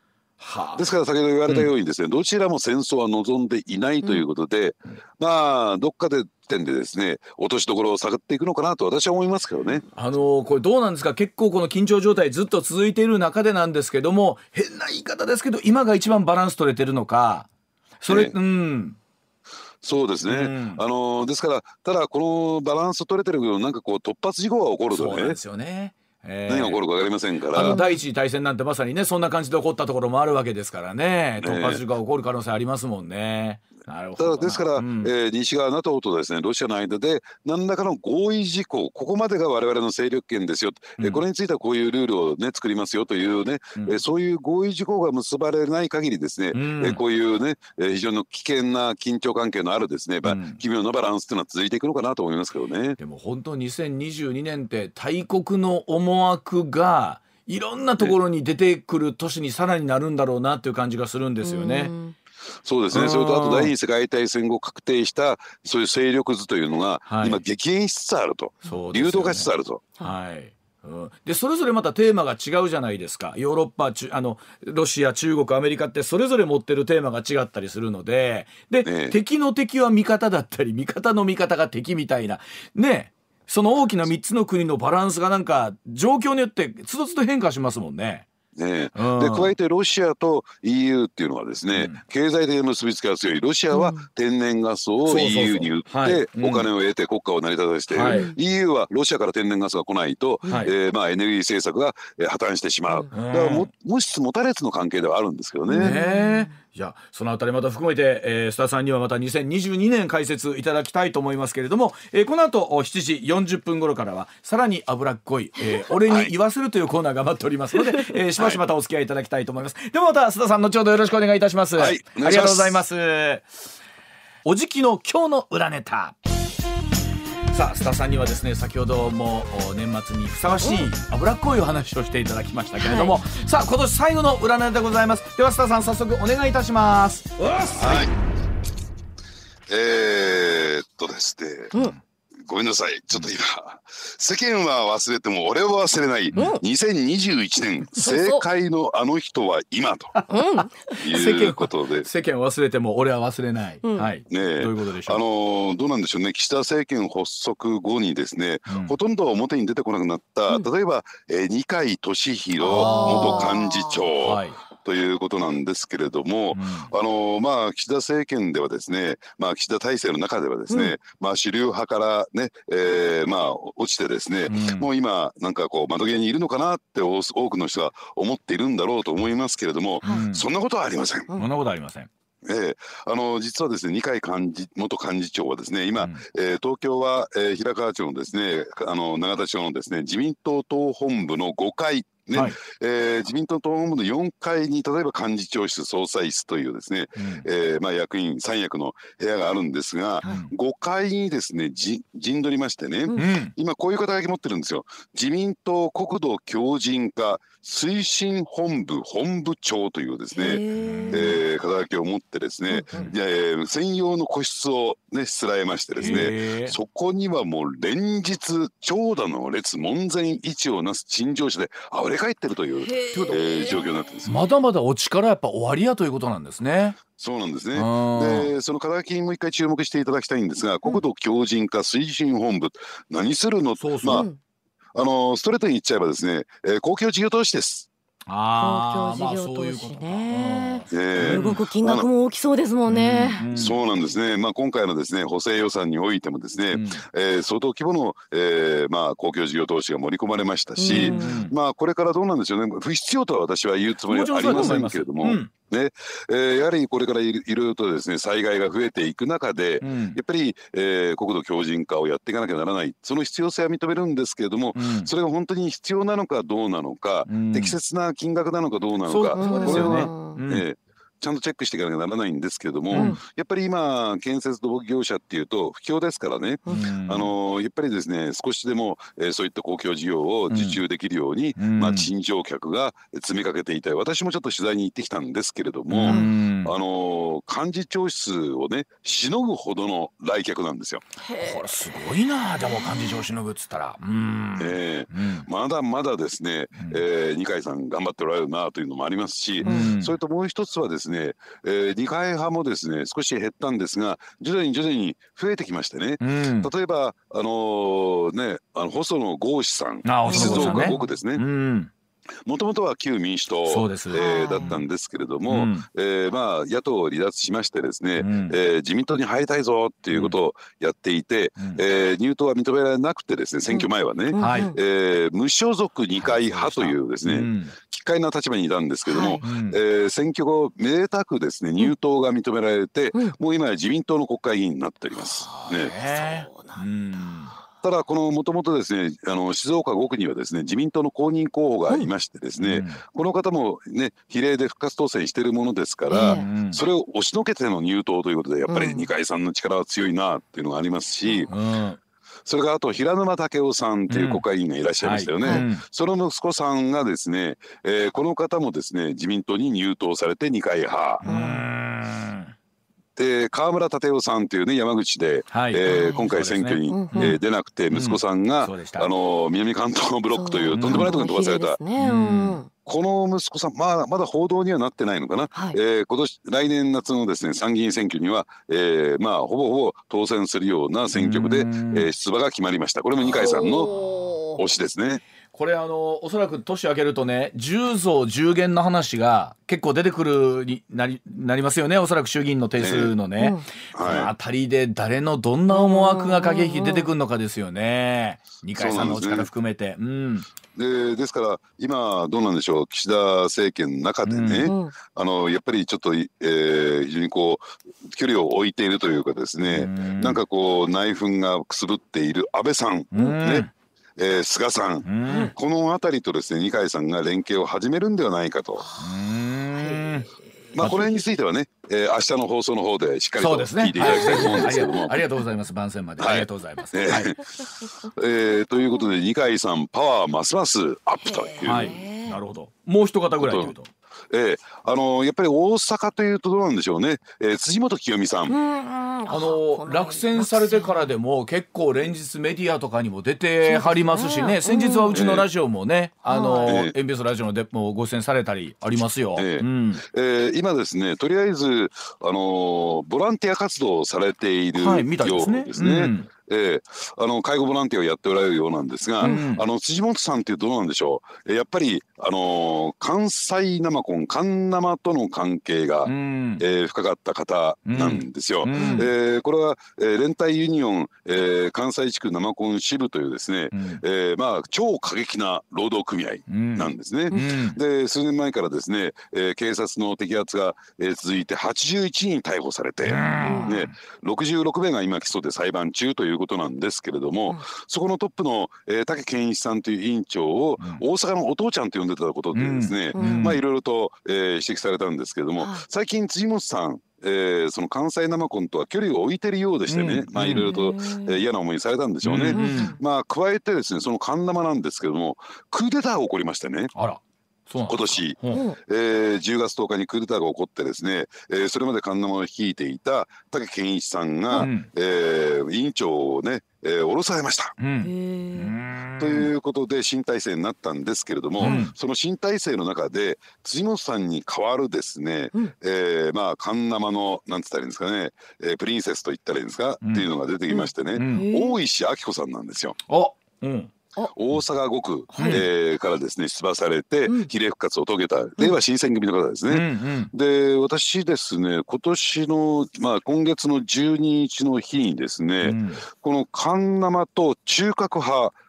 ですから先ほど言われたようにですね、どちらも戦争は望んでいないということで、まあどっかで点でですね落としどころを探っていくのかなと私は思いますけどね。 これどうなんですか。結構この緊張状態ずっと続いている中でなんですけども、変な言い方ですけど今が一番バランス取れてるのか、それ、 そうですね、ですからただこのバランス取れてるけどなんかこう突発事故が起こるとね、 そうなんですよね。 何が起こるか分かりませんから、 第一次大戦なんてまさにねそんな感じで起こったところもあるわけですからね、突発事故が起こる可能性ありますもんね。なるほど。 ただですから、西側 NATO とですねロシアの間で何らかの合意事項、ここまでが我々の勢力圏ですよ、これについてはこういうルールをね作りますよというね、そういう合意事項が結ばれない限りですね、こういうね非常に危険な緊張関係のあるですね、奇妙なバランスというのは続いていくのかなと思いますけどね。 でも本当2022年って大国の思惑がいろんなところに出てくる年にさらになるんだろうなっていう感じがするんですよね。 そうですね。それとあと第二次世界大戦後確定したそういう勢力図というのが、今激変しつつあると、流動化しつつあると。 でそれぞれまたテーマが違うじゃないですか。ヨーロッパ、ロシア、中国、アメリカってそれぞれ持ってるテーマが違ったりするので、敵の敵は味方だったり味方の味方が敵みたいなね、その大きな3つの国のバランスがなんか状況によってつどつど変化しますもんね。 で加えてロシアと EU っていうのはですね、経済的な結びつきが強い。ロシアは天然ガスを EU に売ってお金を得て国家を成り立たせている、EU はロシアから天然ガスが来ないと、エネルギー政策が破綻してしまう。だから持ちつ持たれつの関係ではあるんですけどね。 いやそのあたりまた含めて、須田さんにはまた2022年解説いただきたいと思いますけれども、この後7時40分頃からはさらに脂っこい、俺に言わせるというコーナーが待っておりますので、しばしばたお付き合いいただきたいと思います。ではまた須田さん後ほどよろしくお願いいたします。ありがとうございます。おじきの今日の裏ネタ。さあ須田さんにはですね先ほども年末にふさわしい脂っこいお話をしていただきましたけれども、さあ今年最後の裏ネタでございます。では須田さん早速お願いいたします。 ですね、ごめんなさい、ちょっと今世間は忘れても俺は忘れない2021年正解のあの人は今ということで、 世間忘れても俺は忘れない、どういうことでしょう。 どうなんでしょうね。岸田政権発足後にですね、ほとんど表に出てこなくなった、例えば、二階俊博元幹事長、ということなんですけれども、岸田政権ではですね、岸田体制の中ではですね、主流派からね、落ちてですね、もう今なんかこう窓際にいるのかなって多くの人は思っているんだろうと思いますけれども、そんなことはありません。 そんなことはありません。 実はですね二階元幹事長はですね今、東京は、平川町のですね永田町のですね自民党党本部の5階自民党党本部の4階に例えば幹事長室総裁室というですね、役員3役の部屋があるんですが、5階にですね陣取りましてね、今こういう肩書き持ってるんですよ。自民党国土強靭化推進本部本部長というですね、肩書きを持ってですね、専用の個室をねしつらえましてですね、そこにはもう連日長蛇の列門前一をなす陳情者で溢れ返ってるという、状況になってるんです。 まだまだお力やっぱ終わりやということなんですね。 そうなんですね。でその肩書きにもう一回注目していただきたいんですが、国土強靭化推進本部何するの。ストレートに言っちゃえばですね、公共事業投資です。 公共事業投資ね。すごく金額も大きそうですもんね。 そうなんですね。今回のですね補正予算においてもですね、相当規模の、公共事業投資が盛り込まれましたし、これからどうなんでしょうね。不必要とは私は言うつもりはありませんけれども。やはりこれからいろいろとですね災害が増えていく中で、やっぱり、国土強靭化をやっていかなきゃならない、その必要性は認めるんですけれども、それが本当に必要なのかどうなのか、適切な金額なのかどうなのか、これはちゃんとチェックしていかなきゃならないんですけれども、やっぱり今建設土木業者っていうと不況ですからね、やっぱりですね少しでも、そういった公共事業を受注できるように、賃乗客が詰めかけていたい。私もちょっと取材に行ってきたんですけれども、幹事長室をねしのぐほどの来客なんですよ。 これすごいな。でも幹事長しのぐっつったら、 まだまだですね、二階さん頑張っておられるなというのもありますし、それともう一つはですね、二階派もですね少し減ったんですが徐々に増えてきましてね、例えば細野豪志さん、静岡5区ですね。もともとは旧民主党だったんですけれども、野党を離脱しましてですね、自民党に入りたいぞっていうことをやっていて、入党は認められなくてですね、選挙前はね、無所属二階派というですね奇怪な立場にいたんですけれども、選挙後めでたくですね入党が認められて、もう今や自民党の国会議員になっておりますね。ただこのもともとですね静岡5区にはですね自民党の公認候補がいましてですね、この方もね比例で復活当選しているものですから、それを押しのけての入党ということでやっぱり二階さんの力は強いなっていうのがありますし、それからあと平沼武夫さんという国会議員がいらっしゃいましたよね。その息子さんがですね、この方もですね自民党に入党されて二階派。で河村立夫さんというね山口で、今回選挙に、出なくて息子さんが、南関東ブロックというとんでもないところに飛ばされた。この息子さんまだ報道にはなってないのかな、来年夏のですね参議院選挙には、ほぼ当選するような選挙区で、出馬が決まりました。これも二階さんの推しですね。 これおそらく年明けるとね10増10減の話が結構出てくるになりますよね。おそらく衆議院の定数のね、このあたりで誰のどんな思惑が駆け引き出てくるのかですよね。二階さんのお力含めて。 ですから今どうなんでしょう、岸田政権の中でね、やっぱりちょっと、非常にこう距離を置いているというかですね、なんかこう内紛がくすぶっている安倍さん、菅さん、この辺りとですね二階さんが連携を始めるんではないかと。この辺についてはね、明日の放送の方でしっかりと聞いていただきたいと思うんですけども、 ありがとうございます。番宣までありがとうございます。 ということで二階さんパワーますますアップという。 なるほど。もう一方ぐらいというと。 やっぱり大阪というとどうなんでしょうね、辻元清美さん、 落選されてからでも結構連日メディアとかにも出てはりますしね。先日はうちのラジオもねMBS ラジオでもご出演されたりありますよ。 今ですねとりあえずボランティア活動をされているようですね。介護ボランティアをやっておられるようなんですが、辻元さんってどうなんでしょう、やっぱり関西生コン関生との関係が、深かった方なんですよ。これは、連帯ユニオン、関西地区生コン支部というですね、超過激な労働組合なんですね。で数年前からですね、警察の摘発が、続いて81人逮捕されて、66名が今起訴で裁判中ということなんですけれども、そこのトップの武健一さんという委員長を大阪のお父ちゃんと呼んでたことでですね、いろいろと指摘されたんですけれども、最近辻元さんその関西生コンとは距離を置いてるようでしてね、いろいろと嫌な思いされたんでしょうね。加えてですねその関生なんですけどもクーデターが起こりましてね。今年、10月10日にクーデターが起こってですね、それまで関生を率いていた武健一さんが、委員長をね降ろされました。ということで新体制になったんですけれども、その新体制の中で辻元さんに代わるですね、関生のなんつったらいいんですかね、プリンセスと言ったらいいんですか、っていうのが出てきましてね、大石晃子さんなんですよ。大阪5区、からですね出馬されて比例復活を遂げた令和新選組の方ですね。で私ですね今年の今月の12日の日にですね、この関生と中核派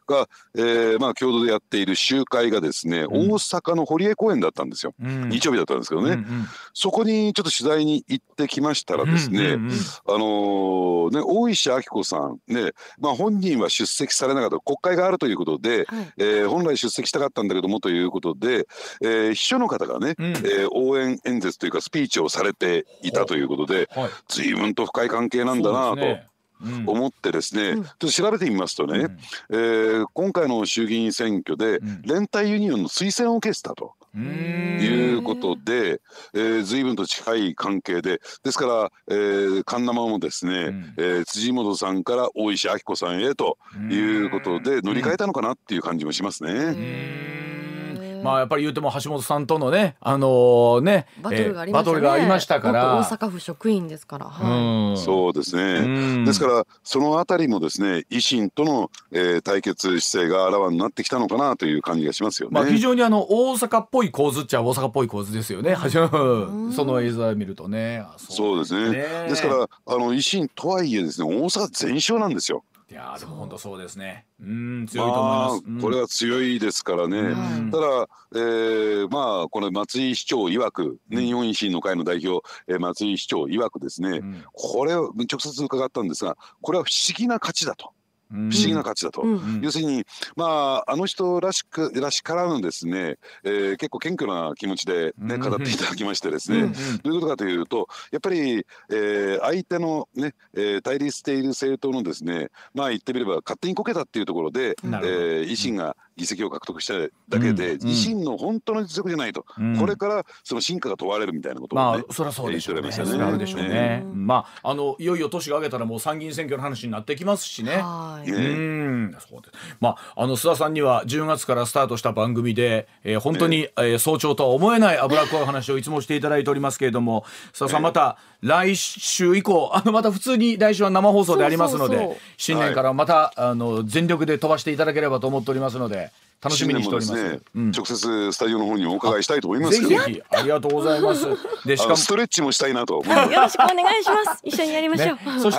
が、共同でやっている集会がですね、大阪の堀江公園だったんですよ、日曜日だったんですけどね、そこにちょっと取材に行ってきましたらですね、大石晃子さんね、本人は出席されなかった、国会があるということで、本来出席したかったんだけどもということで、秘書の方がね、応援演説というかスピーチをされていたということで、随分と深い関係なんだなと思ってですね、ちょっと調べてみますとね、今回の衆議院選挙で連帯ユニオンの推薦を受けてたということで、随分と近い関係で、ですから神生もですね、辻元さんから大石晃子さんへということで乗り換えたのかなっていう感じもしますね。 やっぱり言うても橋本さんとのね、バトルがありましたから、 大阪府職員ですから、 そうですね。ですからそのあたりもですね、維新との、対決姿勢があらわになってきたのかなという感じがしますよね。 非常に大阪っぽい構図っちゃ大阪っぽい構図ですよね。その映像を見るとね。 そうですね。ですから維新とはいえですね、大阪全勝なんですよ。 いやでも本当そうですね。強いと思います。 これは強いですからね。ただ、これ松井市長曰く、日本維新の会の代表、松井市長曰くですね、これを直接伺ったんですが、これは不思議な勝ちだと。不思議な勝ちだと、要するにあの人らしからぬですね、結構謙虚な気持ちで、ね、語っていただきましてですね、どういうことかというと、やっぱり、相手のね、対立している政党のですね、言ってみれば勝手にこけたっていうところで、維新が議席を獲得しただけで、維新の本当の実力じゃないと、これからその真価が問われるみたいなことをね、 そりゃそうでしょうね。それあるでしょうね。いよいよ年が明けたらもう参議院選挙の話になってきますしね。そうです。須田さんには10月からスタートした番組で、本当に、早朝とは思えない脂っこい話をいつもしていただいておりますけれども、須田さんまた来週以降また普通に来週は生放送でありますので、新年からまた、全力で飛ばしていただければと思っておりますので、楽しみにしております。 直接スタジオの方にお伺いしたいと思いますけど。 ぜひありがとうございます。 でしかもストレッチもしたいなと思います。よろしくお願いします。一緒にやりましょう。 そして、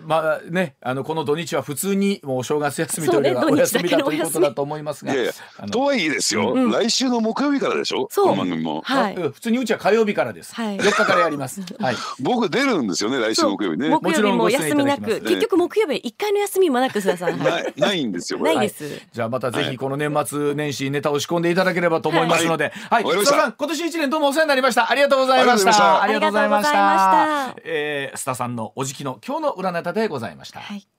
この土日は普通にもうお正月休みというかお休みだということだと思いますが、 とはいえですよ、来週の木曜日からでしょ、この番組も。 普通にうちは火曜日からです。4日からやります。 僕出るんですよね、来週木曜日ね。 木曜日も休みなく、結局木曜日1回の休みもなく、須田さんないんですよ。 ないです。 じゃあまたぜひこの年末年始ネタを仕込んでいただければと思いますので、須田さん今年1年どうもお世話になりました。ありがとうございました。ありがとうございました。須田さんのおじきの今日の裏ネタでございました。